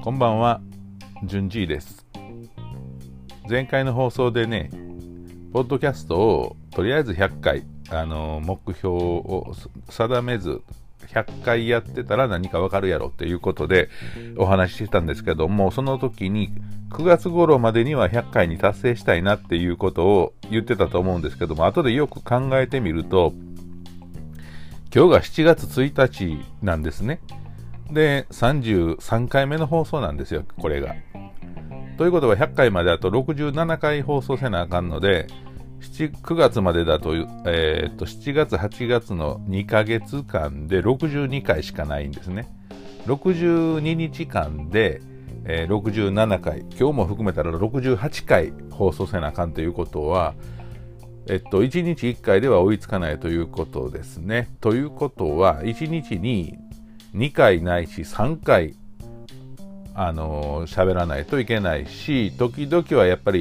こんばんは、じゅんじいです。前回の放送でね、ポッドキャストをとりあえず100回、目標を定めず、100回やってたら何かわかるやろっていうことでお話ししてたんですけども、その時に9月頃までには100回に達成したいなっていうことを言ってたと思うんですけども、後でよく考えてみると、今日が7月1日なんですね。で、33回目の放送なんですよ、これが。ということは100回まであと67回放送せなあかんので、9月までだと、7月、8月の2ヶ月間で62回しかないんですね。62日間で、67回、今日も含めたら68回放送せなあかんということは、1日1回では追いつかないということですね。ということは、1日に2回ないし3回喋らないといけないし、時々はやっぱり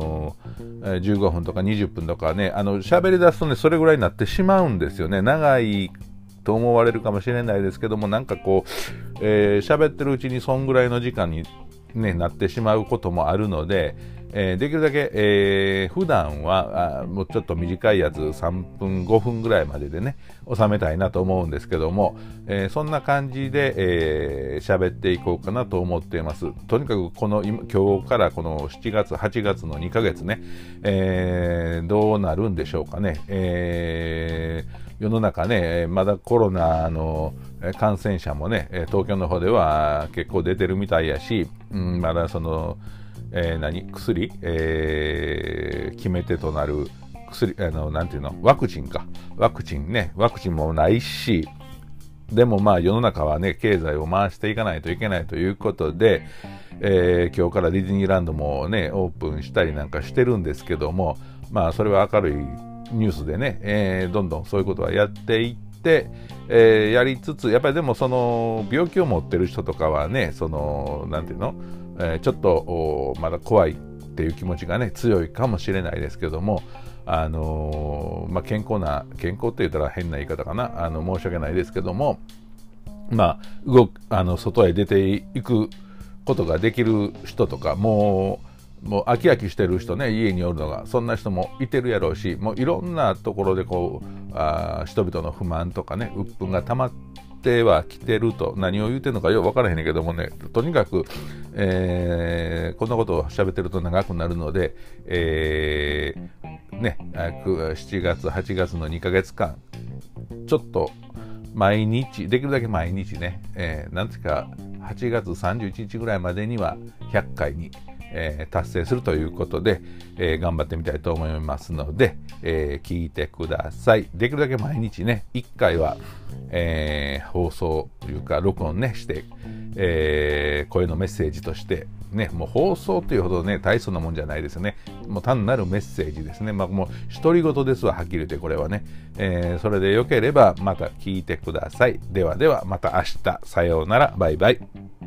15分とか20分とかね、喋り出すとね、それぐらいになってしまうんですよね。長いと思われるかもしれないですけども、なんかこう、喋ってるうちにそんぐらいの時間に、ね、なってしまうこともあるので、できるだけ、普段はもうちょっと短いやつ3分5分ぐらいまででね収めたいなと思うんですけども、そんな感じで喋っていこうかなと思っています。とにかく今日からこの7月8月の2ヶ月ね、どうなるんでしょうかね。世の中ね、まだコロナの感染者もね、東京の方では結構出てるみたいやし、まだその薬、決め手となる薬、なんていうの、ワクチンもないし、でもまあ世の中はね、経済を回していかないといけないということで、今日からディズニーランドもね、オープンしたりなんかしてるんですけども、まあそれは明るいニュースでね、どんどんそういうことはやっていって、やりつつ、やっぱりでもその病気を持ってる人とかはね、そのなんていうの、ちょっとまだ怖いっていう気持ちがね強いかもしれないですけども、健康って言ったら変な言い方かな、申し訳ないですけども、まあ外へ出ていくことができる人とか、もう飽き飽きしてる人ね、家におるのが、そんな人もいてるやろうし、もういろんなところでこう人々の不満とかね、鬱憤が溜まっては来てると、何を言うてるのかよく分からへんねんけどもね、とにかく、こんなことを喋ってると長くなるので、7月8月の2ヶ月間ちょっと毎日、できるだけ毎日ね、なんていうか8月31日ぐらいまでには100回に達成するということで、頑張ってみたいと思いますので、聞いてください。できるだけ毎日ね、1回は、放送というか録音ねして、声のメッセージとしてね、もう放送というほどね大層なもんじゃないですよね。もう単なるメッセージですね。もう独り言ですわ、はっきり言ってこれはね。それでよければまた聞いてください。ではではまた明日、さようなら、バイバイ。